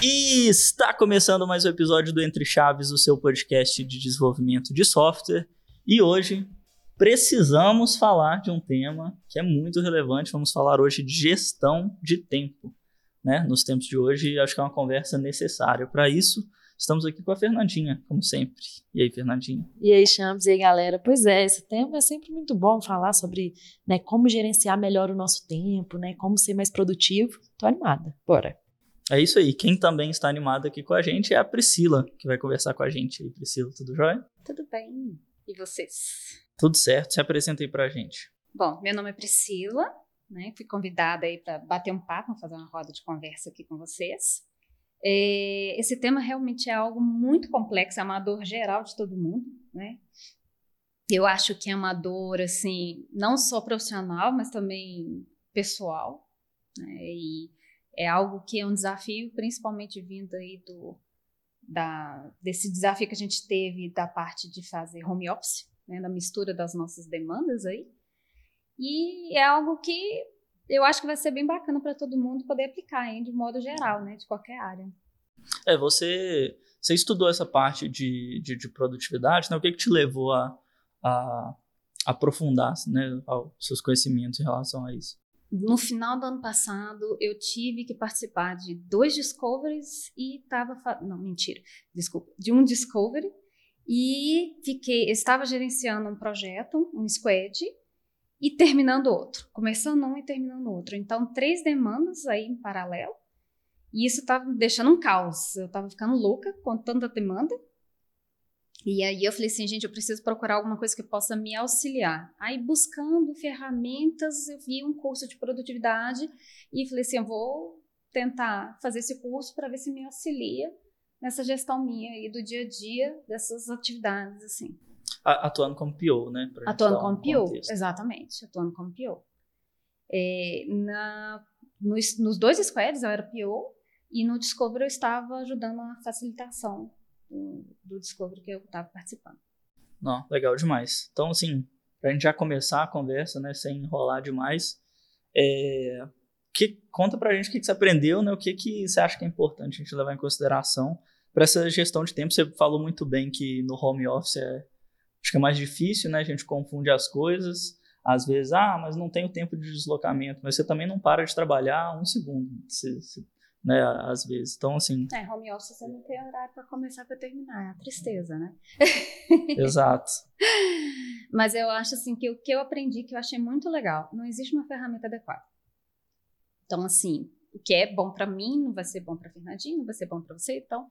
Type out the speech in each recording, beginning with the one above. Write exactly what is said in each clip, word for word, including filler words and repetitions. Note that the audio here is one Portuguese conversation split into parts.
E está começando mais um episódio do Entre Chaves, o seu podcast de desenvolvimento de software. E hoje precisamos falar de um tema que é muito relevante. Vamos falar hoje de gestão de tempo, né? Nos tempos de hoje, acho que é uma conversa necessária. Para isso, estamos aqui com a Fernandinha, como sempre. E aí, Fernandinha? E aí, Champs, e aí, galera? Pois é, esse tema é sempre muito bom falar sobre, né, como gerenciar melhor o nosso tempo, né, como ser mais produtivo. Tô animada, bora. É isso aí. Quem também está animado aqui com a gente é a Priscila, que vai conversar com a gente. E aí, Priscila, tudo jóia? Tudo bem. E vocês? Tudo certo. Se apresenta aí pra gente. Bom, meu nome é Priscila, né? Fui convidada aí para bater um papo, fazer uma roda de conversa aqui com vocês. É, esse tema realmente é algo muito complexo, é uma dor geral de todo mundo, né? Eu acho que é uma dor, assim, não só profissional, mas também pessoal, né? E é algo que é um desafio, principalmente vindo aí do, da, desse desafio que a gente teve da parte de fazer home office, né? Da mistura das nossas demandas aí. E é algo que eu acho que vai ser bem bacana para todo mundo poder aplicar, hein, de modo geral, né, de qualquer área. É, você, você estudou essa parte de, de, de produtividade, né? O que, que te levou a, a aprofundar, né, os seus conhecimentos em relação a isso? No final do ano passado, eu tive que participar de dois discoveries e estava... Fa- não, mentira, desculpa. De um discovery e fiquei, estava gerenciando um projeto, um squad, e terminando outro, começando um e terminando outro. Então, três demandas aí em paralelo, e isso estava me deixando um caos. Eu estava ficando louca com tanta demanda, e aí eu falei assim, gente, eu preciso procurar alguma coisa que possa me auxiliar. Aí, buscando ferramentas, eu vi um curso de produtividade, e falei assim, eu vou tentar fazer esse curso para ver se me auxilia nessa gestão minha aí do dia a dia, dessas atividades, assim. Atuando como P O, né? Atuando como P O, exatamente, atuando como P O. É, na, nos, nos dois squads eu era P O e no Discovery eu estava ajudando a facilitação do, do Discovery que eu estava participando. Não, legal demais. Então, assim, pra gente já começar a conversa, né, sem enrolar demais, é, que, conta pra gente o que, que você aprendeu, né, o que, que você acha que é importante a gente levar em consideração para essa gestão de tempo. Você falou muito bem que no home office é acho que é mais difícil, né? A gente confunde as coisas. Às vezes, ah, mas não tenho tempo de deslocamento. Mas você também não para de trabalhar um segundo, se, se, né? Às vezes. Então, assim... É, home office você não tem horário para começar para terminar. É a tristeza, né? Exato. Mas eu acho, assim, que o que eu aprendi, que eu achei muito legal, não existe uma ferramenta adequada. Então, assim, o que é bom para mim não vai ser bom para Fernandinho, não vai ser bom para você. Então,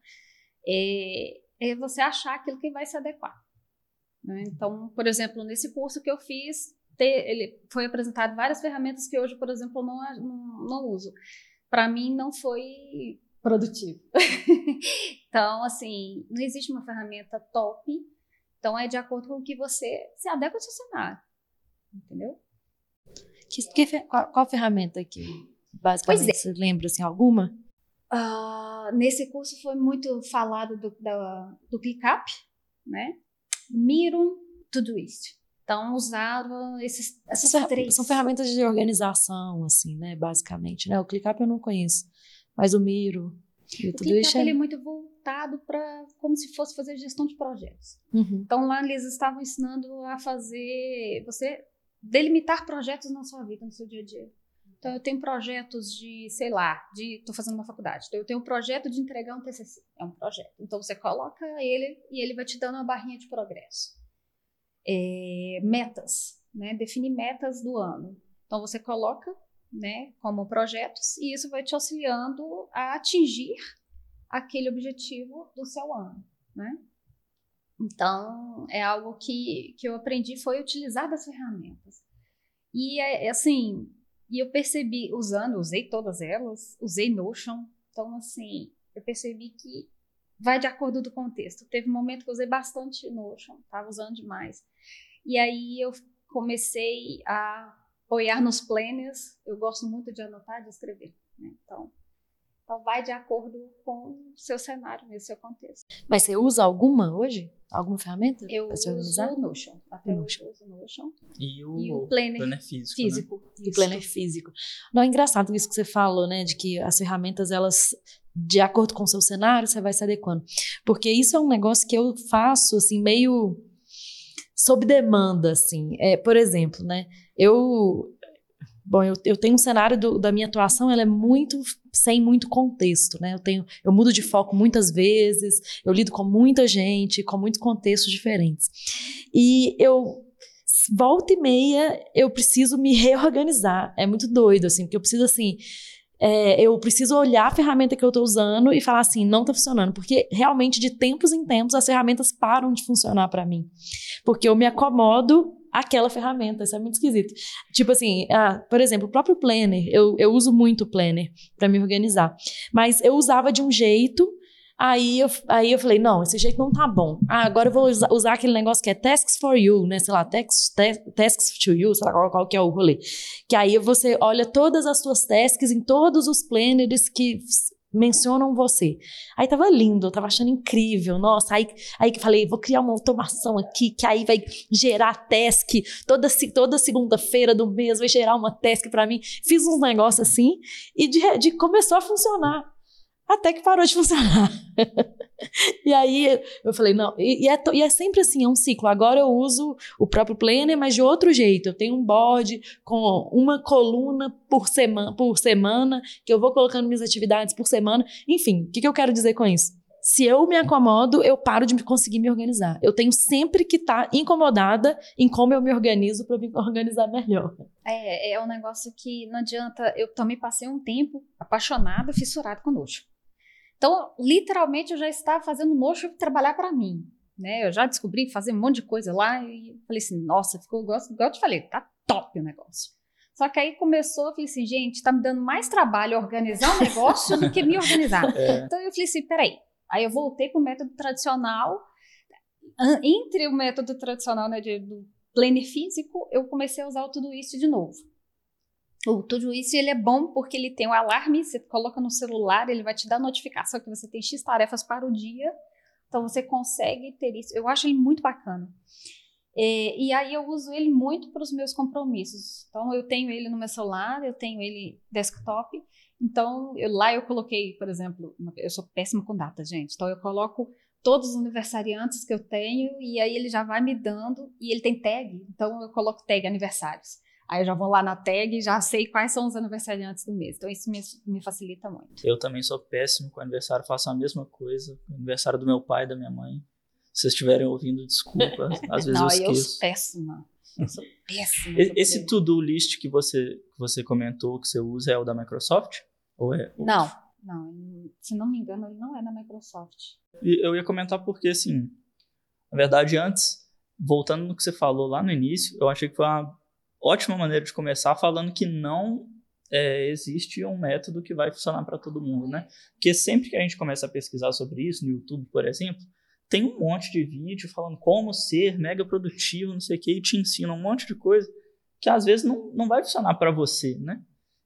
é, é você achar aquilo que vai se adequar. Então, por exemplo, nesse curso que eu fiz, ter, ele foi apresentado várias ferramentas que hoje, por exemplo, eu não, não, não uso. Para mim, não foi produtivo. Então, assim, não existe uma ferramenta top. Então, é de acordo com o que você se adequa ao seu cenário. Entendeu? Que, que, qual, qual ferramenta que, basicamente, é. Você lembra, assim, alguma? Uh, nesse curso foi muito falado do, do, do ClickUp, né? Miro, Todoist. Então, usaram esses, essas são, três. São ferramentas de organização, assim, né, basicamente, né? O ClickUp eu não conheço, mas o Miro e o, o Todoist... O ClickUp, ele é muito voltado para como se fosse fazer gestão de projetos. Uhum. Então, lá eles estavam ensinando a fazer... Você delimitar projetos na sua vida, no seu dia a dia. Então, eu tenho projetos de, sei lá, de estou fazendo uma faculdade. Então, eu tenho um projeto de entregar um T C C. É um projeto. Então, você coloca ele e ele vai te dando uma barrinha de progresso. É, metas, né? Definir metas do ano. Então, você coloca, né, como projetos e isso vai te auxiliando a atingir aquele objetivo do seu ano, né? Então, é algo que, que eu aprendi foi utilizar das ferramentas. E, é, assim... E eu percebi, usando, usei todas elas, usei Notion, então, assim, eu percebi que vai de acordo do contexto. Teve um momento que eu usei bastante Notion, estava usando demais. E aí eu comecei a apoiar nos planners, eu gosto muito de anotar e de escrever, né? Então, então, vai de acordo com o seu cenário, o seu contexto. Mas você usa alguma hoje? Alguma ferramenta? Eu pra se organizar? uso o Notion. Até o Notion. Eu uso o Notion. E o, e o Planner, planner físico. físico Né? E o Planner físico. Não, é engraçado isso que você falou, né? De que as ferramentas, elas de acordo com o seu cenário, você vai se adequando. Porque isso é um negócio que eu faço, assim, meio sob demanda, assim. É, por exemplo, né, eu... Bom, eu, eu tenho um cenário do, da minha atuação, ela é muito sem muito contexto, né? Eu tenho, eu mudo de foco muitas vezes, eu lido com muita gente, com muitos contextos diferentes. E eu, volta e meia, eu preciso me reorganizar. É muito doido, assim, porque eu preciso, assim... É, eu preciso olhar a ferramenta que eu estou usando e falar assim, não está funcionando, porque realmente de tempos em tempos as ferramentas param de funcionar para mim, porque eu me acomodo àquela ferramenta, isso é muito esquisito. Tipo assim, ah, por exemplo, o próprio Planner, eu, eu uso muito o Planner para me organizar, mas eu usava de um jeito, aí eu, aí eu falei, não, esse jeito não tá bom, ah, agora eu vou usar, usar aquele negócio que é Tasks for You, né, sei lá, tasks, tasks to You, sei lá qual, qual que é o rolê, que aí você olha todas as suas tasks em todos os planners que mencionam você. Aí tava lindo, eu tava achando incrível, nossa, aí, aí que falei, vou criar uma automação aqui, que aí vai gerar task, toda, toda segunda-feira do mês vai gerar uma task pra mim, fiz uns negócios assim, e de, de começou a funcionar. Até que parou de funcionar. E aí eu falei, não, e, e, é, e é sempre assim, é um ciclo. Agora eu uso o próprio Planner, mas de outro jeito. Eu tenho um board com uma coluna por semana, por semana, que eu vou colocando minhas atividades por semana. Enfim, o que, que eu quero dizer com isso? Se eu me acomodo, eu paro de conseguir me organizar. Eu tenho sempre que estar tá incomodada em como eu me organizo para me organizar melhor. É, é um negócio que não adianta. Eu também passei um tempo apaixonada, fissurada com Notion. Então, literalmente, eu já estava fazendo Notion trabalhar para mim, né? Eu já descobri fazer um monte de coisa lá e falei assim, nossa, ficou, igual eu te falei, tá top o negócio. Só que aí começou, eu falei assim, gente, tá me dando mais trabalho organizar o negócio do que me organizar. É. Então, eu falei assim, peraí. Aí eu voltei pro método tradicional. Entre o método tradicional, né, de, do planner físico, eu comecei a usar o Todoist de novo. O Todoist, ele é bom porque ele tem um alarme, você coloca no celular, ele vai te dar notificação que você tem X tarefas para o dia, então você consegue ter isso. Eu acho ele muito bacana. É, e aí eu uso ele muito para os meus compromissos. Então eu tenho ele no meu celular, eu tenho ele desktop, então eu, lá eu coloquei, por exemplo, eu sou péssima com data, gente, então eu coloco todos os aniversariantes que eu tenho e aí ele já vai me dando, e ele tem tag, então eu coloco tag aniversários. Aí eu já vou lá na tag e já sei quais são os aniversariantes do mês. Então isso me, me facilita muito. Eu também sou péssimo com aniversário, faço a mesma coisa. Aniversário do meu pai e da minha mãe. Se vocês estiverem ouvindo, desculpa. Às vezes não, eu esqueço. Eu sou péssima. Eu sou péssima. Esse to-do list que você, que você comentou que você usa é o da Microsoft? Ou é outro? Não, não. Se não me engano, ele não é da Microsoft. E eu ia comentar porque, assim, na verdade, antes, voltando no que você falou lá no início, eu achei que foi uma ótima maneira de começar falando que não é, existe um método que vai funcionar para todo mundo, né? Porque sempre que a gente começa a pesquisar sobre isso, no YouTube, por exemplo, tem um monte de vídeo falando como ser mega produtivo, não sei o que, e te ensina um monte de coisa que às vezes não, não vai funcionar para você, né?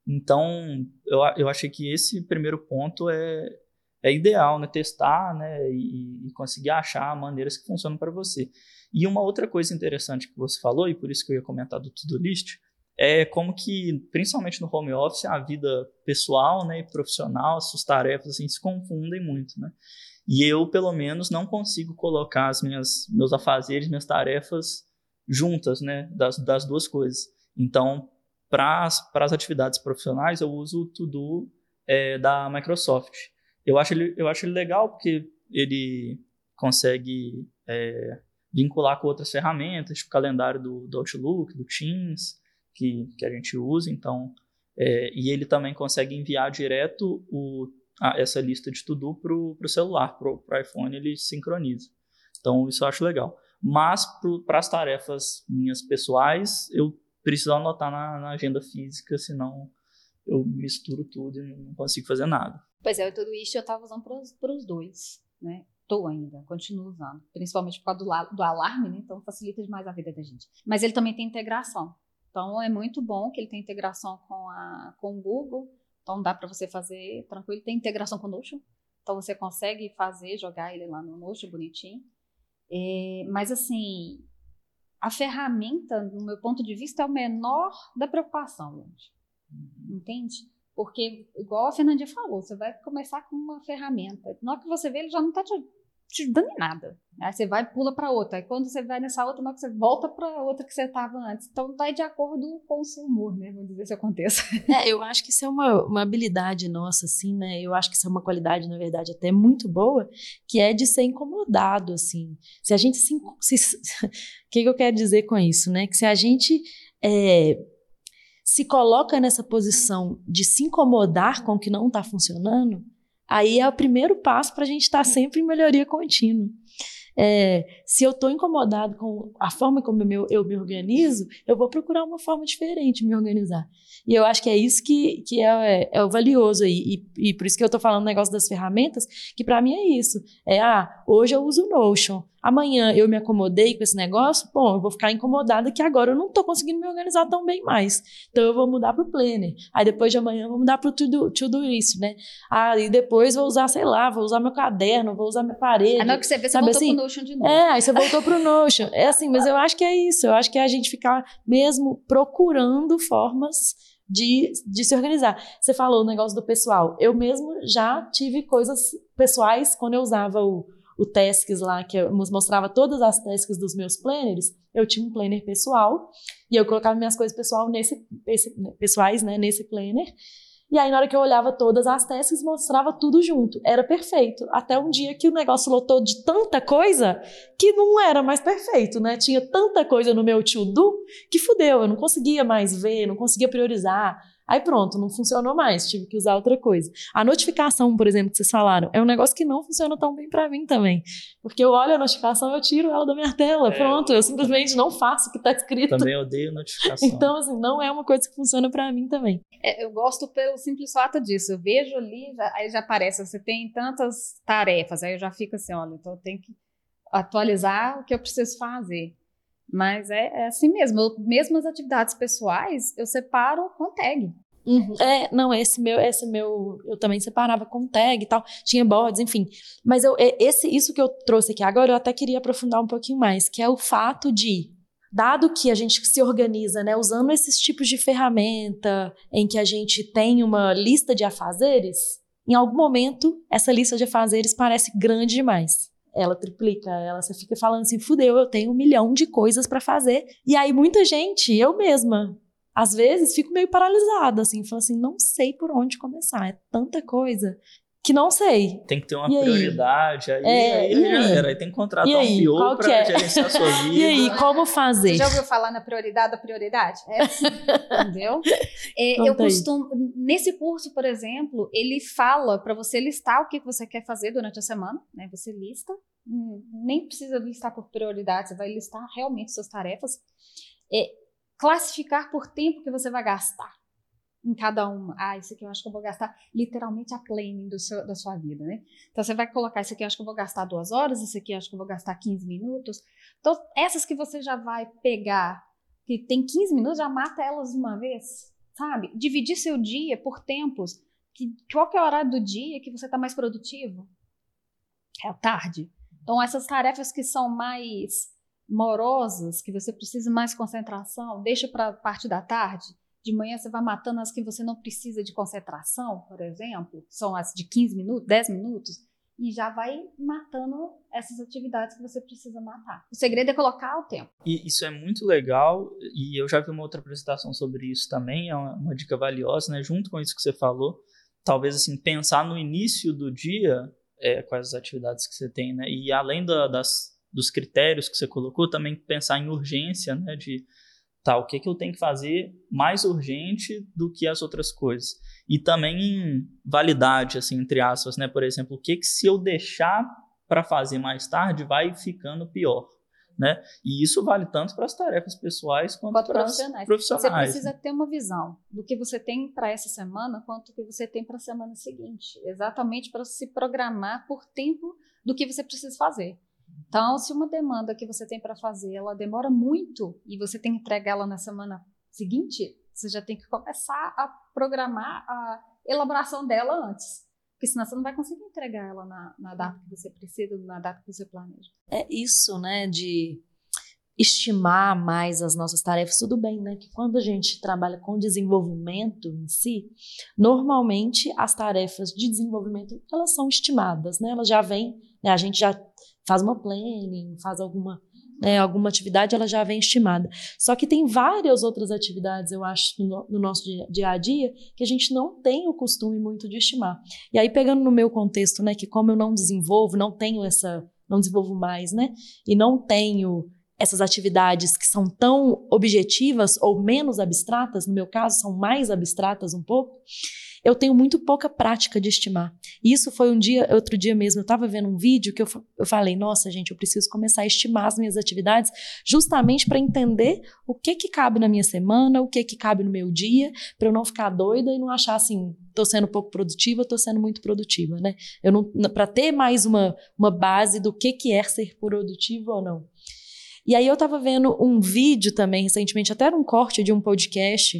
Então, eu, eu achei que esse primeiro ponto é, é ideal, né? Testar, né? E, e conseguir achar maneiras que funcionam para você. E uma outra coisa interessante que você falou, e por isso que eu ia comentar do To-Do List, é como que, principalmente no home office, a vida pessoal, né, e profissional, as suas tarefas assim, se confundem muito, né? E eu, pelo menos, não consigo colocar as minhas, meus afazeres, minhas tarefas juntas, né, das, das duas coisas. Então, para as atividades profissionais, eu uso o To-Do é, da Microsoft. Eu acho, ele, eu acho ele legal porque ele consegue é, vincular com outras ferramentas, tipo o calendário do, do Outlook, do Teams, que, que a gente usa. Então, é, e ele também consegue enviar direto o, a, essa lista de To-Do para o celular, para o iPhone, ele sincroniza. Então, isso eu acho legal. Mas, para as tarefas minhas pessoais, eu preciso anotar na, na agenda física, senão eu misturo tudo e não consigo fazer nada. Pois é, tudo isso eu estava usando para os dois, né? Estou ainda, continuo usando, principalmente por causa do, do alarme, né? Então facilita demais a vida da gente. Mas ele também tem integração, então é muito bom que ele tem integração com, a, com o Google, então dá para você fazer tranquilo. Tem integração com o Notion, então você consegue fazer, jogar ele lá no Notion bonitinho. É, mas assim, a ferramenta, no meu ponto de vista, é o menor da preocupação, gente. Entende? Porque, igual a Fernandinha falou, você vai começar com uma ferramenta. Na hora que você vê, ele já não está te, te dando em nada. Aí você vai e pula para outra. Aí quando você vai nessa outra, na hora que você volta para outra que você estava antes. Então vai de acordo com o seu humor, né? Vamos dizer se aconteça. É, eu acho que isso é uma, uma habilidade nossa, assim, né? Eu acho que isso é uma qualidade, na verdade, até muito boa, que é de ser incomodado, assim. Se a gente se... se o que, que eu quero dizer com isso, né? Que se a gente... É, se coloca nessa posição de se incomodar com o que não está funcionando, aí é o primeiro passo para a gente estar tá sempre em melhoria contínua. É, se eu estou incomodado com a forma como eu me, eu me organizo, eu vou procurar uma forma diferente de me organizar. E eu acho que é isso que, que é, é o valioso aí. E, e por isso que eu estou falando o negócio das ferramentas, que para mim é isso. É, ah, hoje eu uso o Notion. Amanhã eu me acomodei com esse negócio, bom, eu vou ficar incomodada que agora eu não estou conseguindo me organizar tão bem mais. Então eu vou mudar para o Planner. Aí depois de amanhã eu vou mudar para o Todoist, né? Aí depois vou usar, sei lá, vou usar meu caderno, vou usar minha parede. Aí na hora que você vê, você voltou assim, pro Notion de novo. É, aí você voltou pro Notion. É assim, mas eu acho que é isso. Eu acho que é a gente ficar mesmo procurando formas de, de se organizar. Você falou o negócio do pessoal. Eu mesmo já tive coisas pessoais quando eu usava o o Tasks lá, que eu mostrava todas as tasks dos meus planners, eu tinha um planner pessoal, e eu colocava minhas coisas pessoal nesse, esse, pessoais, né, nesse planner, e aí na hora que eu olhava todas as tasks, mostrava tudo junto, era perfeito, até um dia que o negócio lotou de tanta coisa, que não era mais perfeito, né, tinha tanta coisa no meu to-do, que fudeu, eu não conseguia mais ver, não conseguia priorizar. Aí pronto, não funcionou mais, tive que usar outra coisa. A notificação, por exemplo, que vocês falaram, é um negócio que não funciona tão bem pra mim também. Porque eu olho a notificação e eu tiro ela da minha tela. É, pronto, eu, eu simplesmente não faço o que tá escrito. Também odeio notificação. Então, assim, não é uma coisa que funciona pra mim também. É, eu gosto pelo simples fato disso. Eu vejo ali, já, aí já aparece, você tem tantas tarefas, aí eu já fico assim, olha, então eu tenho que atualizar o que eu preciso fazer. Mas é, é assim mesmo, eu, mesmo as atividades pessoais, eu separo com tag. Uhum. É, não, esse meu, esse meu, eu também separava com tag e tal, tinha boards, enfim. Mas eu, esse, isso que eu trouxe aqui agora, eu até queria aprofundar um pouquinho mais, que é o fato de, dado que a gente se organiza, né, usando esses tipos de ferramenta, em que a gente tem uma lista de afazeres, em algum momento, essa lista de afazeres parece grande demais. Ela triplica, ela, você fica falando assim, fudeu, eu tenho um milhão de coisas pra fazer. E aí muita gente, eu mesma, às vezes fico meio paralisada, assim, falo assim, não sei por onde começar, é tanta coisa que não sei. Tem que ter uma e prioridade, aí, é, aí, aí já era, aí tem que contratar e aí, um P O pra é? gerenciar a sua vida. E aí, como fazer? Você já ouviu falar na prioridade da prioridade? É assim, entendeu? É, eu costumo, nesse curso, por exemplo, ele fala para você listar o que você quer fazer durante a semana, né? Você lista, nem precisa listar por prioridade, você vai listar realmente suas tarefas, é, classificar por tempo que você vai gastar em cada uma. Ah, isso aqui eu acho que eu vou gastar literalmente a planning do seu, da sua vida, né? Então você vai colocar, isso aqui eu acho que eu vou gastar duas horas, isso aqui eu acho que eu vou gastar quinze minutos. Então essas que você já vai pegar, que tem quinze minutos, já mata elas de uma vez, sabe? Dividir seu dia por tempos. Que, qual que é o horário do dia que você está mais produtivo? É a tarde. Então essas tarefas que são mais morosas, que você precisa mais concentração, deixa para a parte da tarde. De manhã você vai matando as que você não precisa de concentração, por exemplo, são as de quinze minutos, dez minutos, e já vai matando essas atividades que você precisa matar. O segredo é colocar o tempo. E isso é muito legal, e eu já vi uma outra apresentação sobre isso também, é uma, uma dica valiosa, né? Junto com isso que você falou, talvez assim, pensar no início do dia, é, quais as atividades que você tem, né? E além da, das, dos critérios que você colocou, também pensar em urgência, né? De tá, o que, que eu tenho que fazer mais urgente do que as outras coisas. E também em validade, assim, entre aspas, né? Por exemplo, o que, que se eu deixar para fazer mais tarde vai ficando pior, né? E isso vale tanto para as tarefas pessoais quanto para as profissionais. profissionais. Você precisa né? ter uma visão do que você tem para essa semana quanto do que você tem para a semana seguinte. Exatamente para se programar por tempo do que você precisa fazer. Então, se uma demanda que você tem para fazer, ela demora muito e você tem que entregar ela na semana seguinte, você já tem que começar a programar a elaboração dela antes. Porque senão você não vai conseguir entregar ela na, na data que você precisa, na data que você planeja. É isso, né, de estimar mais as nossas tarefas, tudo bem, né? Que quando a gente trabalha com desenvolvimento em si, normalmente as tarefas de desenvolvimento, elas são estimadas, né? Elas já vêm, né? A gente já faz uma planning, faz alguma, né, alguma atividade, ela já vem estimada. Só que tem várias outras atividades, eu acho, no, no nosso dia, dia a dia, que a gente não tem o costume muito de estimar. E aí, pegando no meu contexto, né, que como eu não desenvolvo, não tenho essa, não desenvolvo mais, né, e não tenho essas atividades que são tão objetivas ou menos abstratas, no meu caso, são mais abstratas um pouco, eu tenho muito pouca prática de estimar. E isso foi um dia, outro dia mesmo, eu estava vendo um vídeo que eu, eu falei, nossa, gente, eu preciso começar a estimar as minhas atividades justamente para entender o que que cabe na minha semana, o que que cabe no meu dia, para eu não ficar doida e não achar assim, estou sendo pouco produtiva, estou sendo muito produtiva, né? Eu não, para ter mais uma, uma base do que que é ser produtivo ou não. E aí eu estava vendo um vídeo também, recentemente, até era um corte de um podcast,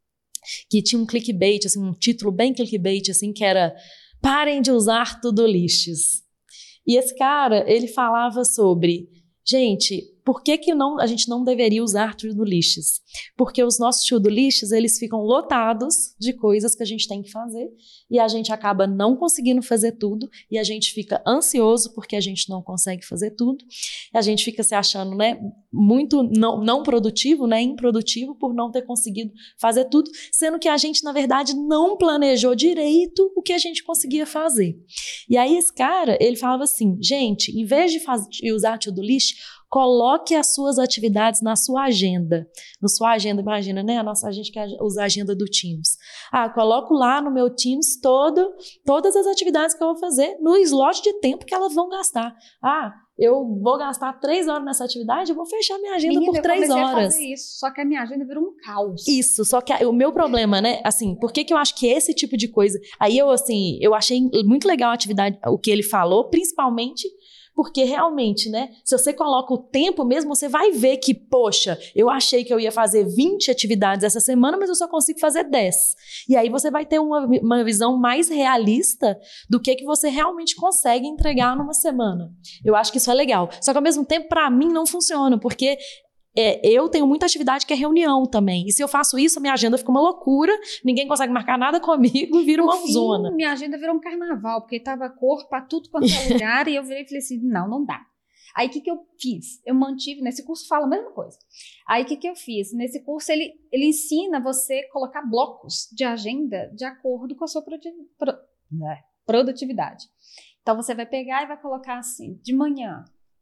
que tinha um clickbait, assim, um título bem clickbait, assim, que era "Parem de usar to-do-lists". E esse cara, ele falava sobre, gente, por que que não, a gente não deveria usar to-do-lists? Porque os nossos to-do-lists, eles ficam lotados de coisas que a gente tem que fazer e a gente acaba não conseguindo fazer tudo e a gente fica ansioso porque a gente não consegue fazer tudo. E a gente fica se achando, né, muito não, não produtivo, né, improdutivo por não ter conseguido fazer tudo, sendo que a gente, na verdade, não planejou direito o que a gente conseguia fazer. E aí esse cara, ele falava assim, gente, em vez de, faz, de usar to-do-list, coloque as suas atividades na sua agenda. Na sua agenda, imagina, né? A nossa, a gente quer usar a agenda do Teams. Ah, coloco lá no meu Teams todo, todas as atividades que eu vou fazer no slot de tempo que elas vão gastar. Ah, eu vou gastar três horas nessa atividade, eu vou fechar minha agenda Menina, por três horas. Eu comecei a fazer isso, só que a minha agenda virou um caos. Isso, só que o meu problema, né, assim, por que que eu acho que esse tipo de coisa... Aí eu, assim, eu achei muito legal a atividade, o que ele falou, principalmente... Porque realmente, né, se você coloca o tempo mesmo, você vai ver que, poxa, eu achei que eu ia fazer vinte atividades essa semana, mas eu só consigo fazer dez. E aí você vai ter uma, uma visão mais realista do que, que você realmente consegue entregar numa semana. Eu acho que isso é legal. Só que ao mesmo tempo, para mim, não funciona, porque... É, eu tenho muita atividade que é reunião também. E se eu faço isso, a minha agenda fica uma loucura, ninguém consegue marcar nada comigo, vira uma fim, zona. Minha agenda virou um carnaval, porque tava cor pra tudo quanto é lugar, e eu virei e falei assim, não, não dá. Aí o que, que eu fiz? Eu mantive, nesse curso fala a mesma coisa. Aí o que, que eu fiz? Nesse curso ele, ele ensina você a colocar blocos de agenda de acordo com a sua produtividade. Então você vai pegar e vai colocar assim, de manhã,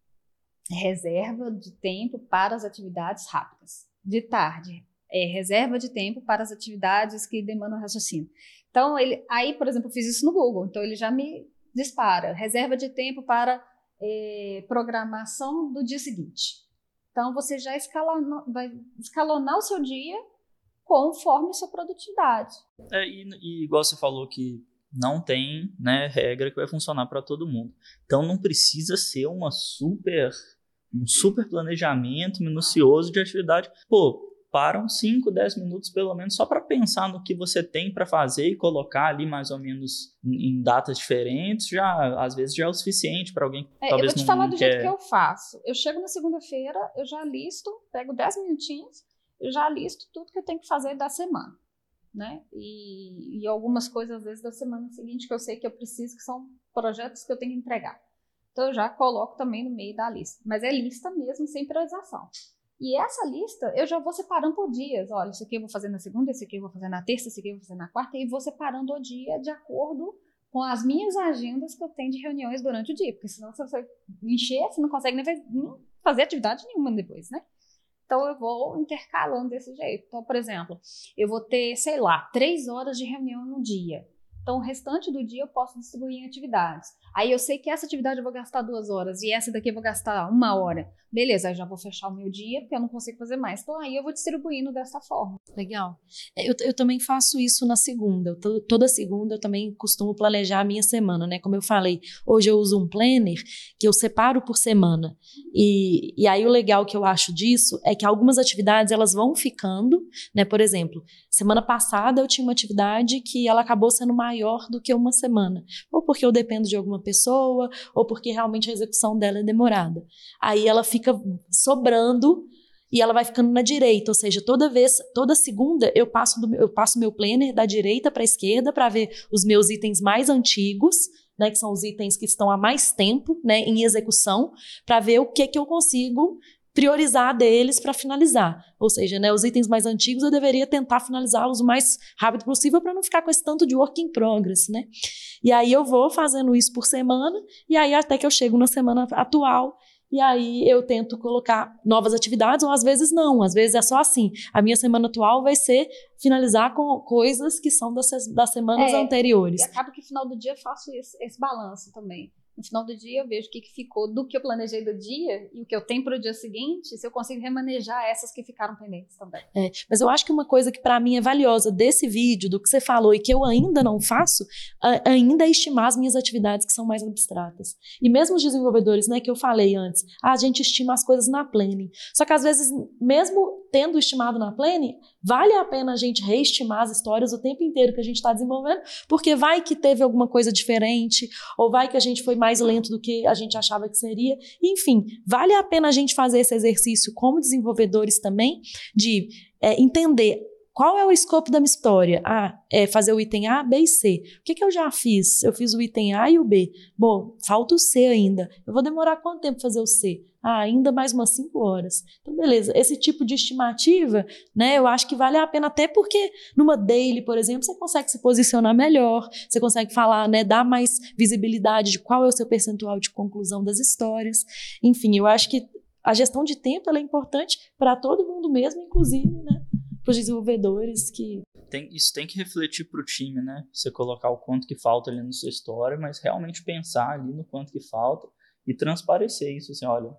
reserva de tempo para as atividades rápidas. De tarde, é, reserva de tempo para as atividades que demandam raciocínio. Então, ele, aí, por exemplo, eu fiz isso no Google, então ele já me dispara. Reserva de tempo para é, programação do dia seguinte. Então, você já escalona, vai escalonar o seu dia conforme a sua produtividade. É, e, e igual você falou que não tem, né, regra que vai funcionar para todo mundo. Então, não precisa ser uma super... um super planejamento minucioso de atividade. Pô, para uns cinco, dez minutos pelo menos só para pensar no que você tem para fazer e colocar ali mais ou menos em, em datas diferentes, já às vezes já é o suficiente para alguém que é, talvez não Eu vou te não, falar não do quer... jeito que eu faço. Eu chego na segunda-feira, eu já listo, pego dez minutinhos, eu já listo tudo que eu tenho que fazer da semana, né? E, e algumas coisas às vezes da semana seguinte que eu sei que eu preciso, que são projetos que eu tenho que entregar. Então, eu já coloco também no meio da lista. Mas é lista mesmo, sem priorização. E essa lista, eu já vou separando por dias. Olha, isso aqui eu vou fazer na segunda, isso aqui eu vou fazer na terça, isso aqui eu vou fazer na quarta. E vou separando o dia de acordo com as minhas agendas que eu tenho de reuniões durante o dia. Porque senão, se você encher, você não consegue nem fazer atividade nenhuma depois, né? Então, eu vou intercalando desse jeito. Então, por exemplo, eu vou ter, sei lá, três horas de reunião no dia. Então, o restante do dia eu posso distribuir em atividades. Aí eu sei que essa atividade eu vou gastar duas horas e essa daqui eu vou gastar uma hora. Beleza, aí eu já vou fechar o meu dia porque eu não consigo fazer mais. Então, aí eu vou distribuindo dessa forma. Legal. Eu, eu também faço isso na segunda. Eu tô, toda segunda eu também costumo planejar a minha semana, né? Como eu falei, hoje eu uso um planner que eu separo por semana. E, e aí o legal que eu acho disso é que algumas atividades elas vão ficando, né? Por exemplo, semana passada eu tinha uma atividade que ela acabou sendo maior maior do que uma semana. Ou porque eu dependo de alguma pessoa, ou porque realmente a execução dela é demorada. Aí ela fica sobrando e ela vai ficando na direita, ou seja, toda vez, toda segunda eu passo do, eu passo meu planner da direita para a esquerda para ver os meus itens mais antigos, né, que são os itens que estão há mais tempo, né, em execução, para ver o que, que eu consigo priorizar deles para finalizar. Ou seja, né, os itens mais antigos eu deveria tentar finalizá-los o mais rápido possível para não ficar com esse tanto de work in progress, né? E aí eu vou fazendo isso por semana, e aí até que eu chego na semana atual, e aí eu tento colocar novas atividades, ou às vezes não, às vezes é só assim. A minha semana atual vai ser finalizar com coisas que são das, das semanas é, anteriores. E acaba que no final do dia eu faço esse, esse balanço também. No final do dia eu vejo o que, que ficou do que eu planejei do dia e o que eu tenho para o dia seguinte, se eu consigo remanejar essas que ficaram pendentes também. É, mas eu acho que uma coisa que para mim é valiosa desse vídeo, do que você falou e que eu ainda não faço, a, ainda é estimar as minhas atividades que são mais abstratas. E mesmo os desenvolvedores, né, que eu falei antes, ah, a gente estima as coisas na planning. Só que às vezes, mesmo tendo estimado na planning, vale a pena a gente reestimar as histórias o tempo inteiro que a gente está desenvolvendo, porque vai que teve alguma coisa diferente, ou vai que a gente foi mais lento do que a gente achava que seria. Enfim, vale a pena a gente fazer esse exercício como desenvolvedores também, de é, entender qual é o escopo da minha história. Ah, é fazer o item A, B e C. O que, que eu já fiz? Eu fiz o item A e o B. Bom, falta o C ainda. Eu vou demorar quanto tempo para fazer o C? Ah, ainda mais umas cinco horas. Então, beleza. Esse tipo de estimativa, né, eu acho que vale a pena, até porque numa daily, por exemplo, você consegue se posicionar melhor, você consegue falar, né, dar mais visibilidade de qual é o seu percentual de conclusão das histórias. Enfim, eu acho que a gestão de tempo ela é importante para todo mundo mesmo, inclusive, né, para os desenvolvedores que... Tem, isso tem que refletir para o time, né? Você colocar o quanto que falta ali na sua história, mas realmente pensar ali no quanto que falta e transparecer isso, assim, olha,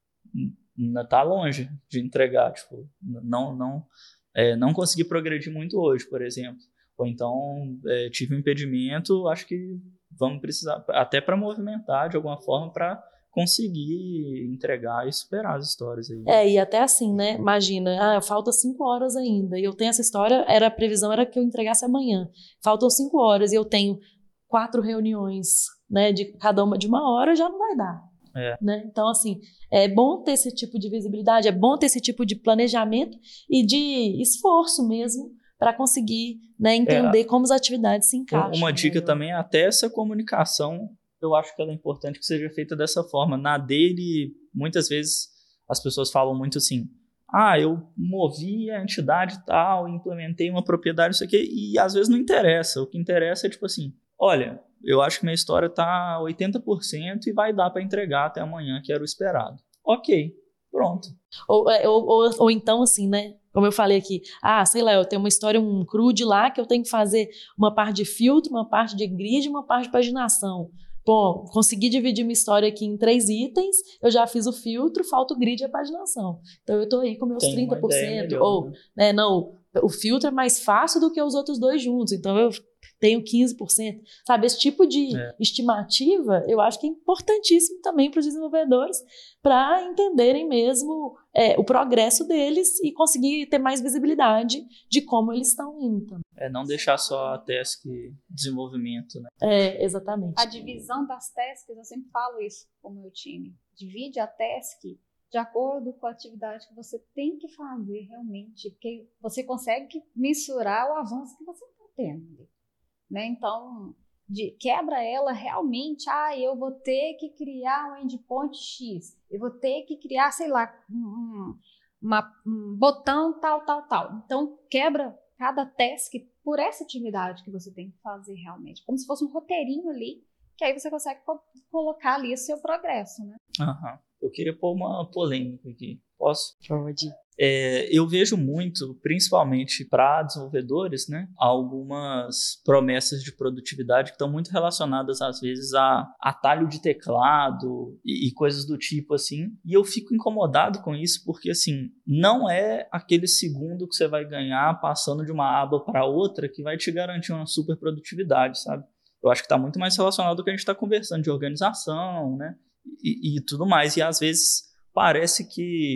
ainda tá longe de entregar, tipo, não, não, é, não consegui progredir muito hoje, por exemplo. Ou então, é, tive um impedimento, acho que vamos precisar, até para movimentar de alguma forma, para conseguir entregar e superar as histórias aí. É, e até assim, né? Imagina, ah, falta cinco horas ainda, e eu tenho essa história, era, a previsão era que eu entregasse amanhã. Faltam cinco horas e eu tenho quatro reuniões, né? De cada uma de uma hora, já não vai dar. É. Né? Então, assim, é bom ter esse tipo de visibilidade, é bom ter esse tipo de planejamento e de esforço mesmo para conseguir, né, entender é, como as atividades se encaixam. Uma dica né? também é até essa comunicação, eu acho que ela é importante que seja feita dessa forma. Na dele, muitas vezes as pessoas falam muito assim, ah, eu movi a entidade tal, implementei uma propriedade, isso aqui, e às vezes não interessa. O que interessa é tipo assim, olha, eu acho que minha história está oitenta por cento e vai dar para entregar até amanhã, que era o esperado. Ok, pronto. Ou, ou, ou, ou então, assim, né? Como eu falei aqui, ah, sei lá, eu tenho uma história, um crude lá, que eu tenho que fazer uma parte de filtro, uma parte de grid e uma parte de paginação. Bom, consegui dividir minha história aqui em três itens, eu já fiz o filtro, falta o grid e a paginação. Então, eu estou aí com meus Tem trinta por cento. melhor, ou, né? né, não, o filtro é mais fácil do que os outros dois juntos, então eu tenho quinze por cento. Sabe, esse tipo de é. estimativa, eu acho que é importantíssimo também para os desenvolvedores, para entenderem mesmo é, o progresso deles e conseguir ter mais visibilidade de como eles estão indo também. É, não deixar só a task desenvolvimento, né? É, exatamente. A divisão das tasks, eu sempre falo isso com o meu time. Divide a task de acordo com a atividade que você tem que fazer realmente, porque você consegue mensurar o avanço que você está tendo. Né? Então, de, quebra ela realmente, ah, eu vou ter que criar um endpoint X, eu vou ter que criar, sei lá, um, uma, um botão tal, tal, tal. Então, quebra cada task por essa atividade que você tem que fazer realmente, como se fosse um roteirinho ali, que aí você consegue co- colocar ali o seu progresso, né? Aham. Eu queria pôr uma polêmica aqui. Posso? Pode. É, eu vejo muito, principalmente para desenvolvedores, né, algumas promessas de produtividade que estão muito relacionadas, às vezes, a atalho de teclado e, e coisas do tipo, assim. E eu fico incomodado com isso porque, assim, não é aquele segundo que você vai ganhar passando de uma aba para outra que vai te garantir uma super produtividade, sabe? Eu acho que está muito mais relacionado ao que a gente está conversando de organização, né, e, e tudo mais. E, às vezes, parece que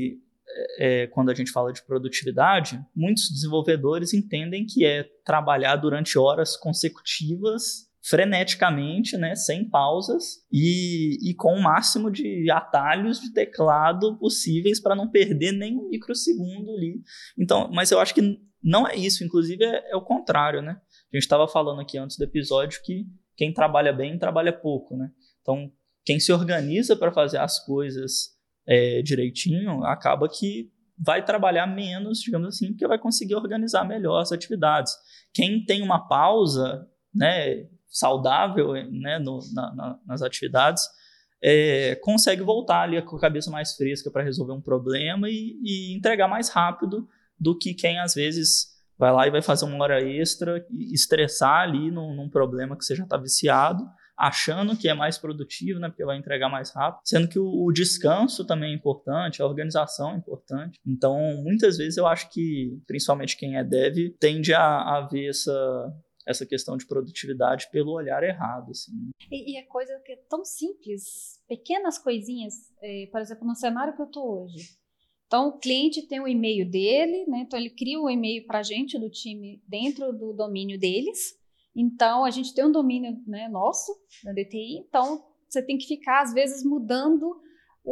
é, quando a gente fala de produtividade, muitos desenvolvedores entendem que é trabalhar durante horas consecutivas, freneticamente, né, sem pausas e, e com o máximo de atalhos de teclado possíveis para não perder nem um microsegundo ali. Então, mas eu acho que não é isso, inclusive é, é o contrário, né? A gente estava falando aqui antes do episódio que quem trabalha bem trabalha pouco, né? Então, quem se organiza para fazer as coisas é, direitinho, acaba que vai trabalhar menos, digamos assim, porque vai conseguir organizar melhor as atividades. Quem tem uma pausa, né, saudável, né, no, na, na, nas atividades, é, consegue voltar ali com a cabeça mais fresca para resolver um problema e, e entregar mais rápido do que quem, às vezes, vai lá e vai fazer uma hora extra e estressar ali num, num problema que você já está viciado, achando que é mais produtivo, né, porque vai entregar mais rápido, sendo que o, o descanso também é importante, a organização é importante. Então, muitas vezes eu acho que, principalmente quem é dev, tende a, a ver essa, essa questão de produtividade pelo olhar errado. Assim. E, e é coisa que é tão simples, pequenas coisinhas, é, por exemplo, no cenário que eu estou hoje. Então, o cliente tem o e-mail dele, né, então ele cria o e-mail para a gente do time dentro do domínio deles. Então, a gente tem um domínio, né, nosso, da D T I, então você tem que ficar, às vezes, mudando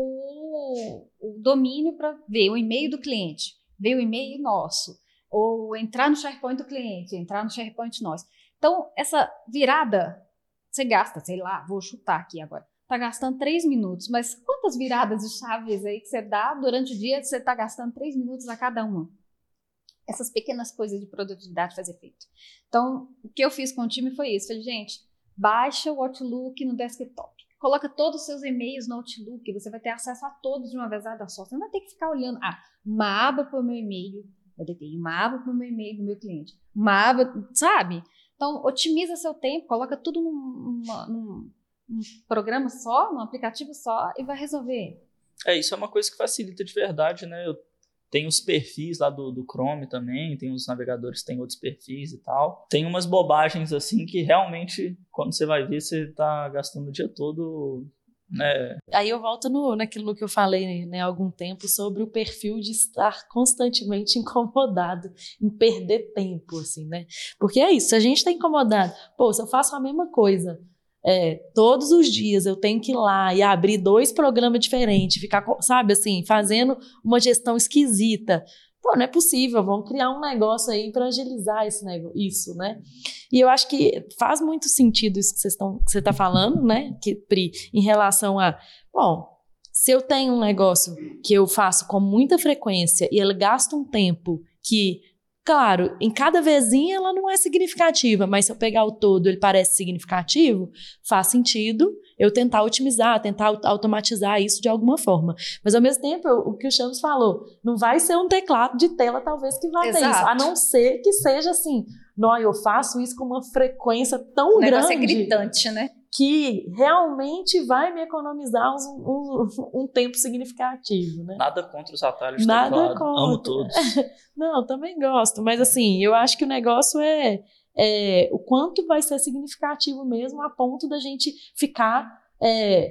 o, o domínio para ver o e-mail do cliente, ver o e-mail nosso, ou entrar no SharePoint do cliente, entrar no SharePoint nosso. Então, essa virada, você gasta, sei lá, vou chutar aqui agora, está gastando três minutos, mas quantas viradas de chaves aí que você dá durante o dia, você está gastando três minutos a cada uma? Essas pequenas coisas de produtividade faz efeito. Então, o que eu fiz com o time foi isso. Falei, gente, baixa o Outlook no desktop. Coloca todos os seus e-mails no Outlook. Você vai ter acesso a todos de uma vez só. Você não vai ter que ficar olhando. Ah, uma aba para o meu e-mail da D T I, uma aba para o meu e-mail do meu cliente. Uma aba, sabe? Então, otimiza seu tempo. Coloca tudo num, numa, num, num programa só, num aplicativo só e vai resolver. É, isso é uma coisa que facilita de verdade, né? Eu Tem os perfis lá do, do Chrome também, tem os navegadores que tem outros perfis e tal. Tem umas bobagens assim que realmente, quando você vai ver, você tá gastando o dia todo, né? Aí eu volto no, naquilo que eu falei, né, há algum tempo, sobre o perfil de estar constantemente incomodado, em perder tempo, assim, né? Porque é isso, se a gente tá incomodado, pô, se eu faço a mesma coisa, É, todos os dias eu tenho que ir lá e abrir dois programas diferentes, ficar, sabe, assim, fazendo uma gestão esquisita. Pô, não é possível, vamos criar um negócio aí para agilizar esse negócio, isso, né? E eu acho que faz muito sentido isso que vocês estão, que você está falando, né, que, Pri, em relação a, bom, se eu tenho um negócio que eu faço com muita frequência e ele gasta um tempo que, claro, em cada vezinha ela não é significativa, mas se eu pegar o todo ele parece significativo, faz sentido eu tentar otimizar, tentar automatizar isso de alguma forma. Mas, ao mesmo tempo, o que o Chaves falou, não vai ser um teclado de tela, talvez, que vá ter isso. A não ser que seja assim, não, eu faço isso com uma frequência tão o grande... O negócio é gritante, né? Que realmente vai me economizar um, um, um tempo significativo, né? Nada contra os atalhos de Nada teclado. contra. Amo todos. Não, também gosto. Mas, assim, eu acho que o negócio é, é o quanto vai ser significativo mesmo, a ponto da gente ficar é,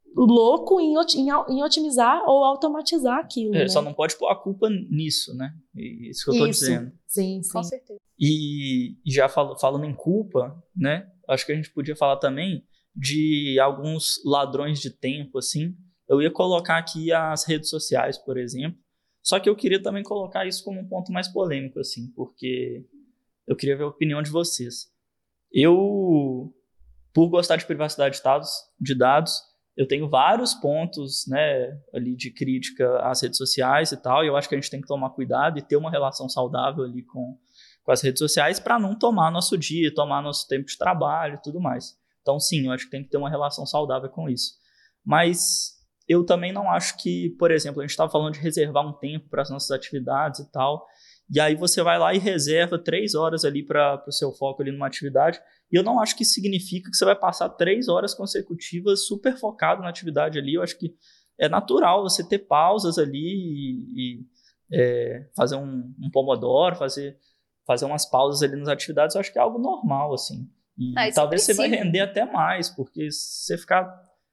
louco em, em, em otimizar ou automatizar aquilo. É, né? Só não pode pôr a culpa nisso, né? Isso que eu tô Isso. dizendo. Sim, sim. Com certeza. E, e já falo, falando em culpa, né? Acho que a gente podia falar também de alguns ladrões de tempo, assim. Eu ia colocar aqui as redes sociais, por exemplo. Só que eu queria também colocar isso como um ponto mais polêmico, assim, porque eu queria ver a opinião de vocês. Eu, por gostar de privacidade de dados, de dados, eu tenho vários pontos, né, ali de crítica às redes sociais e tal, e eu acho que a gente tem que tomar cuidado e ter uma relação saudável ali com, com as redes sociais para não tomar nosso dia, tomar nosso tempo de trabalho e tudo mais. Então, sim, eu acho que tem que ter uma relação saudável com isso. Mas eu também não acho que, por exemplo, a gente estava falando de reservar um tempo para as nossas atividades e tal, e aí você vai lá e reserva três horas ali para o seu foco ali numa atividade, e eu não acho que isso significa que você vai passar três horas consecutivas super focado na atividade ali. Eu acho que é natural você ter pausas ali e, e é, fazer um, um pomodoro, fazer, fazer umas pausas ali nas atividades. Eu acho que é algo normal, assim. E ah, talvez precisa. Você vai render até mais, porque se você ficar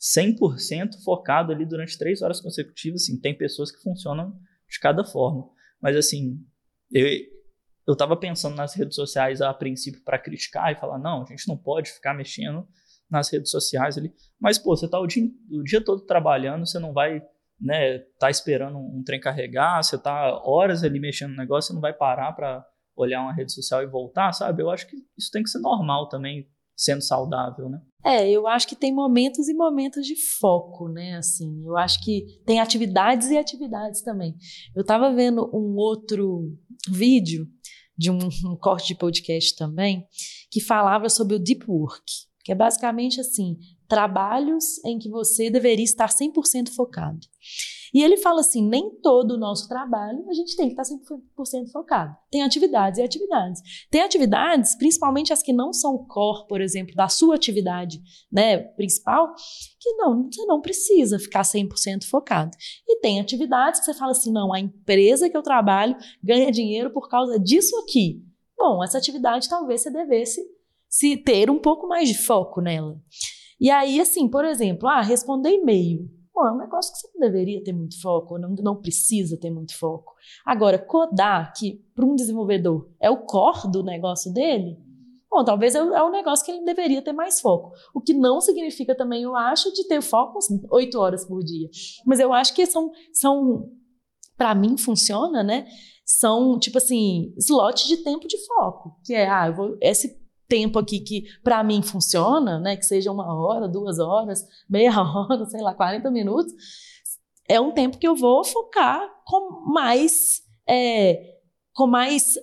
cem por cento focado ali durante três horas consecutivas, assim, tem pessoas que funcionam de cada forma. Mas, assim, eu, eu tava pensando nas redes sociais a princípio para criticar e falar, não, a gente não pode ficar mexendo nas redes sociais ali. Mas, pô, você tá o dia, o dia todo trabalhando, você não vai, né, tá esperando um, um trem carregar, você tá horas ali mexendo no negócio, você não vai parar para olhar uma rede social e voltar, sabe? Eu acho que isso tem que ser normal também, sendo saudável, né? É, eu acho que tem momentos e momentos de foco, né, assim, eu acho que tem atividades e atividades também. Eu tava vendo um outro vídeo de um, um corte de podcast também, que falava sobre o deep work, que é basicamente assim, trabalhos em que você deveria estar cem por cento focado. E ele fala assim, nem todo o nosso trabalho a gente tem que estar cem por cento focado. Tem atividades e atividades. Tem atividades, principalmente as que não são core, por exemplo, da sua atividade, né, principal, que não, você não precisa ficar cem por cento focado. E tem atividades que você fala assim, não, a empresa que eu trabalho ganha dinheiro por causa disso aqui. Bom, essa atividade talvez você devesse se ter um pouco mais de foco nela. E aí, assim, por exemplo, ah, responder e-mail. Bom, é um negócio que você não deveria ter muito foco, não, não precisa ter muito foco. Agora, codar, que para um desenvolvedor é o core do negócio dele, bom, talvez é, é um negócio que ele deveria ter mais foco. O que não significa também, eu acho, de ter foco oito horas por dia. Mas eu acho que são, são para mim, funciona, né? São, tipo assim, slots de tempo de foco. Que é, ah, eu vou, esse tempo aqui que para mim funciona, né, que seja uma hora, duas horas, meia hora, sei lá, quarenta minutos, é um tempo que eu vou focar com mais, é, com mais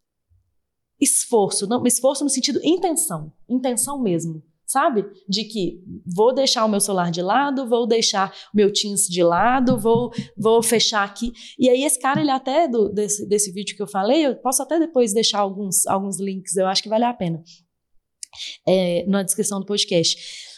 esforço, não, esforço no sentido intenção, intenção mesmo, sabe? De que vou deixar o meu celular de lado, vou deixar o meu Teams de lado, vou, vou fechar aqui. E aí esse cara, ele até, do, desse, desse vídeo que eu falei, eu posso até depois deixar alguns, alguns links, eu acho que vale a pena, é, na descrição do podcast.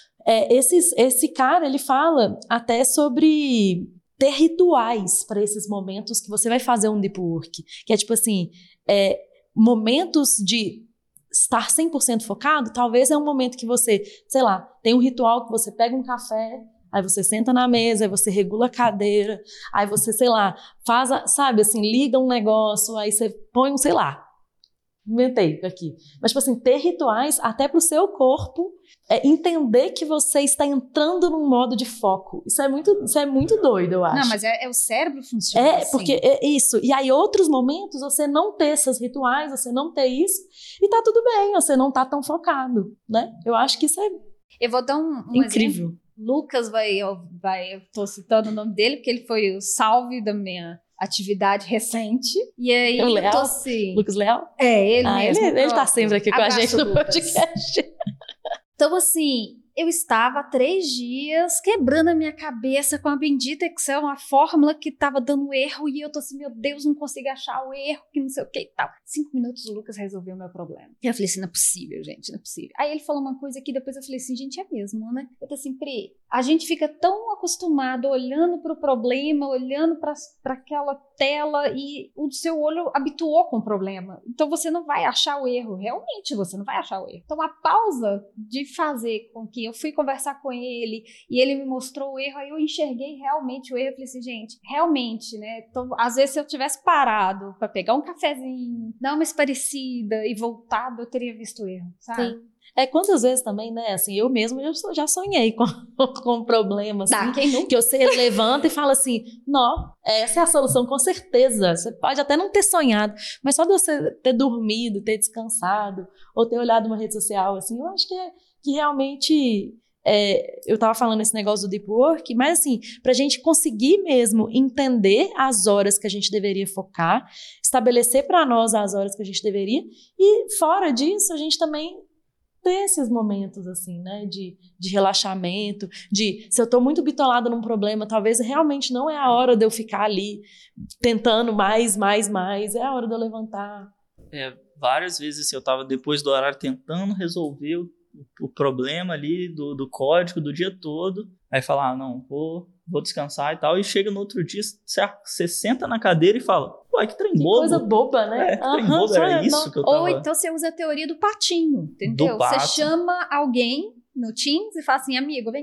É, esses, esse cara, ele fala até sobre ter rituais para esses momentos que você vai fazer um deep work, que é tipo assim, é, momentos de estar cem por cento focado, talvez é um momento que você, sei lá, tem um ritual que você pega um café, aí você senta na mesa, aí você regula a cadeira, aí você, sei lá, faz, a, sabe, assim, liga um negócio, aí você põe um, sei lá, inventei aqui. Mas, tipo assim, ter rituais até pro seu corpo, é entender que você está entrando num modo de foco. Isso é muito, isso é muito doido, eu acho. Não, mas é, é o cérebro funciona É, assim. porque é isso. E aí, outros momentos, você não ter esses rituais, você não ter isso, e tá tudo bem, você não tá tão focado, né? Eu acho que isso é Eu vou dar um, um incrível. exemplo. Lucas vai, eu, vai, eu tô citando o nome dele, porque ele foi o salve da minha atividade recente. E aí É o eu Leal? tô assim... Lucas Leal? É, ele ah, mesmo. Ele, ele tá sempre aqui com Abraço, a gente no Lucas. podcast. Então, assim, eu estava há três dias quebrando a minha cabeça com a bendita Excel, uma fórmula que estava dando erro, e eu tô assim, meu Deus, não consigo achar o erro, que não sei o que e tal. Cinco minutos o Lucas resolveu o meu problema. E eu falei assim, não é possível, gente, não é possível. Aí ele falou uma coisa que depois eu falei assim, gente, é mesmo, né? Eu tô assim, Pri, a gente fica tão acostumado olhando pro problema, olhando para aquela tela, e o seu olho habituou com o problema. Então você não vai achar o erro, realmente você não vai achar o erro. Então a pausa de fazer com que eu fui conversar com ele e ele me mostrou o erro, aí eu enxerguei realmente o erro. Eu falei assim, gente, realmente, né? Então, às vezes se eu tivesse parado para pegar um cafezinho, dar uma esparecida e voltado, eu teria visto o erro, sabe? Sim. É, quantas vezes também, né, assim, eu mesma já, já sonhei com, com um problema, assim, Tá, quem nunca? que você levanta e fala assim, não, essa é a solução, com certeza, você pode até não ter sonhado, mas só de você ter dormido, ter descansado, ou ter olhado uma rede social, assim, eu acho que, é, que realmente, é, eu tava falando esse negócio do deep work, mas assim, pra gente conseguir mesmo entender as horas que a gente deveria focar, estabelecer pra nós as horas que a gente deveria, e fora disso, a gente também ter esses momentos, assim, né, de, de relaxamento, de, se eu tô muito bitolada num problema, talvez realmente não é a hora de eu ficar ali tentando mais, mais, mais, é a hora de eu levantar. É, várias vezes assim, eu tava depois do horário tentando resolver o, o problema ali do, do código do dia todo, aí falar, ah, não, vou, vou descansar e tal, e chega no outro dia, você, você senta na cadeira e fala, ué, que trem que bobo. coisa boba, né? É, que trem uhum, bobo, era isso não. que eu tava... Ou então você usa a teoria do patinho, entendeu? Do pato. Você chama alguém no Teams e fala assim, amigo, vem cá.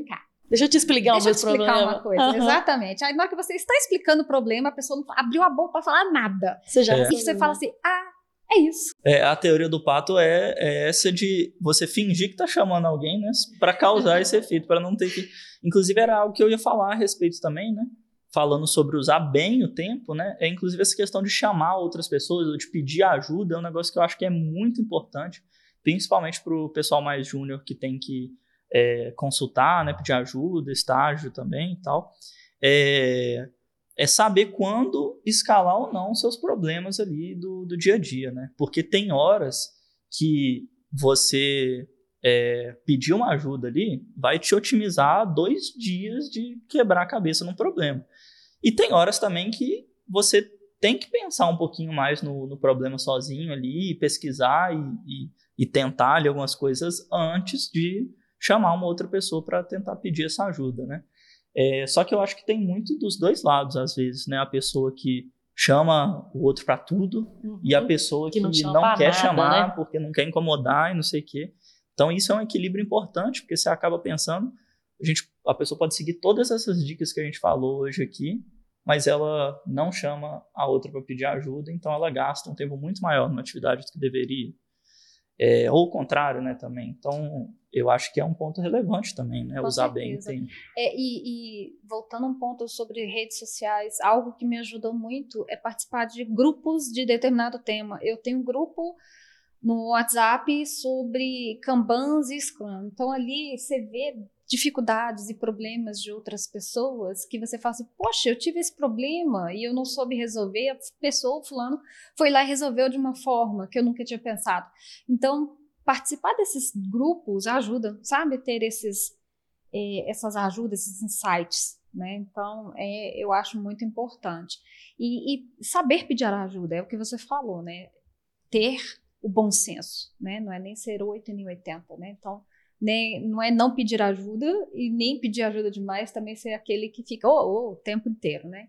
Deixa eu te explicar Deixa o eu meu te explicar problema. uma coisa. Uhum. Exatamente. Aí na hora que você está explicando o problema, a pessoa não abriu a boca para falar nada. Você já É. E você fala assim, ah, é isso. É, a teoria do pato é, é essa de você fingir que tá chamando alguém, né? Pra causar esse efeito, para não ter que... Inclusive era algo que eu ia falar a respeito também, né? Falando sobre usar bem o tempo, né? É inclusive essa questão de chamar outras pessoas, ou de pedir ajuda, é um negócio que eu acho que é muito importante, principalmente pro pessoal mais júnior que tem que é, consultar, né? Pedir ajuda, estágio também e tal. É... é saber quando escalar ou não seus problemas ali do, do dia a dia, né? Porque tem horas que você é, pedir uma ajuda ali vai te otimizar dois dias de quebrar a cabeça num problema. E tem horas também que você tem que pensar um pouquinho mais no, no problema sozinho ali, pesquisar e, e, e tentar ali algumas coisas antes de chamar uma outra pessoa para tentar pedir essa ajuda, né? É, só que eu acho que tem muito dos dois lados, às vezes, né? A pessoa que chama o outro para tudo Uhum. e a pessoa que, que não, não quer nada, chamar, né? porque não quer incomodar e não sei o quê. Então, isso é um equilíbrio importante, porque você acaba pensando... A, gente, a pessoa pode seguir todas essas dicas que a gente falou hoje aqui, mas ela não chama a outra para pedir ajuda, então ela gasta um tempo muito maior numa atividade do que deveria. É, ou o contrário, né, também. Então, eu acho que é um ponto relevante também, né? Com Usar certeza. bem o tempo. É, e, e voltando a um ponto sobre redes sociais, algo que me ajudou muito é participar de grupos de determinado tema. Eu tenho um grupo no WhatsApp sobre Kanbans e Scrum. Então, ali você vê dificuldades e problemas de outras pessoas que você fala assim, poxa, eu tive esse problema e eu não soube resolver, a pessoa, o fulano, foi lá e resolveu de uma forma que eu nunca tinha pensado. Então, participar desses grupos ajuda, sabe? Ter esses, eh, essas ajudas, esses insights, né? Então, é, eu acho muito importante. E, e saber pedir ajuda, é o que você falou, né? Ter o bom senso, né? Não é nem ser oito nem oitenta, né? Então, nem, não é não pedir ajuda e nem pedir ajuda demais também ser aquele que fica oh, oh, o tempo inteiro, né?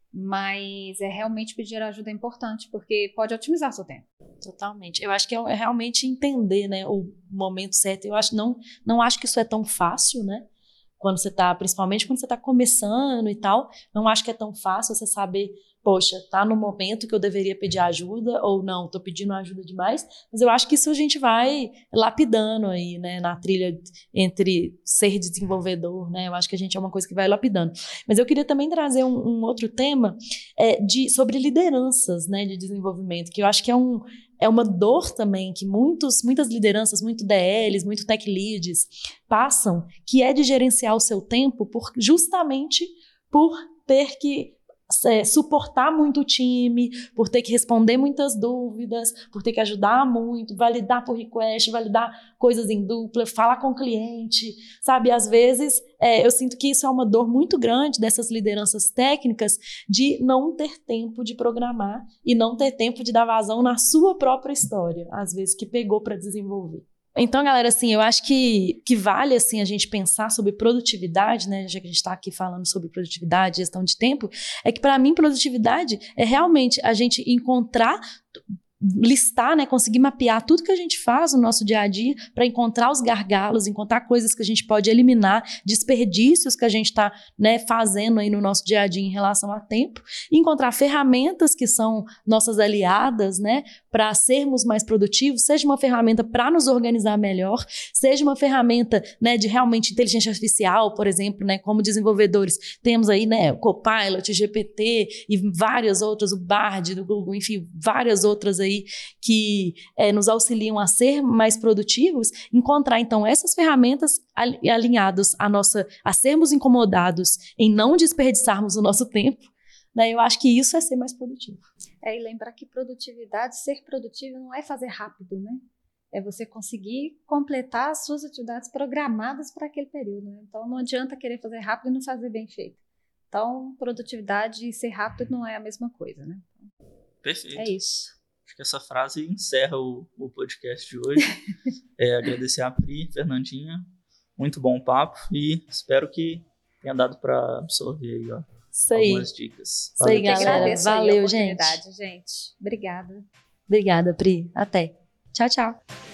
Mas é realmente pedir ajuda é importante, porque pode otimizar seu tempo. Totalmente. Eu acho que é realmente entender, né, o momento certo. Eu acho, não, não acho que isso é tão fácil, né? Quando você tá, principalmente quando você tá começando e tal, não acho que é tão fácil você saber, poxa, tá no momento que eu deveria pedir ajuda ou não, tô pedindo ajuda demais, mas eu acho que isso a gente vai lapidando aí, né, na trilha entre ser desenvolvedor, né, eu acho que a gente é uma coisa que vai lapidando. Mas eu queria também trazer um, um outro tema é, de, sobre lideranças, né, de desenvolvimento, que eu acho que é um É uma dor também que muitos, muitas lideranças, muito D Ls, muito tech leads passam, que é de gerenciar o seu tempo por, justamente por ter que é, suportar muito o time, por ter que responder muitas dúvidas, por ter que ajudar muito, validar por request, validar coisas em dupla, falar com o cliente, sabe? Às vezes, é, eu sinto que isso é uma dor muito grande dessas lideranças técnicas de não ter tempo de programar e não ter tempo de dar vazão na sua própria história, às vezes, que pegou para desenvolver. Então, galera, assim, eu acho que, que vale, assim, a gente pensar sobre produtividade, né, já que a gente está aqui falando sobre produtividade, gestão de tempo, é que para mim produtividade é realmente a gente encontrar, listar, né, conseguir mapear tudo que a gente faz no nosso dia a dia para encontrar os gargalos, encontrar coisas que a gente pode eliminar, desperdícios que a gente está, né, fazendo aí no nosso dia a dia em relação a tempo, e encontrar ferramentas que são nossas aliadas, né, para sermos mais produtivos, seja uma ferramenta para nos organizar melhor, seja uma ferramenta, né, de realmente inteligência artificial, por exemplo, né, como desenvolvedores, temos aí, né, o Copilot, o G P T e várias outras, o Bard do Google, enfim, várias outras aí que é, nos auxiliam a ser mais produtivos, encontrar então essas ferramentas alinhadas a, nossa, a sermos incomodados em não desperdiçarmos o nosso tempo, né? Eu acho que isso é ser mais produtivo. É, e lembrar que produtividade, ser produtivo não é fazer rápido, né? É você conseguir completar as suas atividades programadas para aquele período, né? Então não adianta querer fazer rápido e não fazer bem feito. Então produtividade e ser rápido não é a mesma coisa, né? Perfeito. É isso. Acho que essa frase encerra o, o podcast de hoje. É, agradecer a Pri, Fernandinha. Muito bom papo e espero que tenha dado para absorver aí, ó, Isso aí. algumas dicas. Isso aí, Eu que galera. agradeço Valeu, aí a gente. oportunidade, gente. Obrigada. Obrigada, Pri. Até. Tchau, tchau.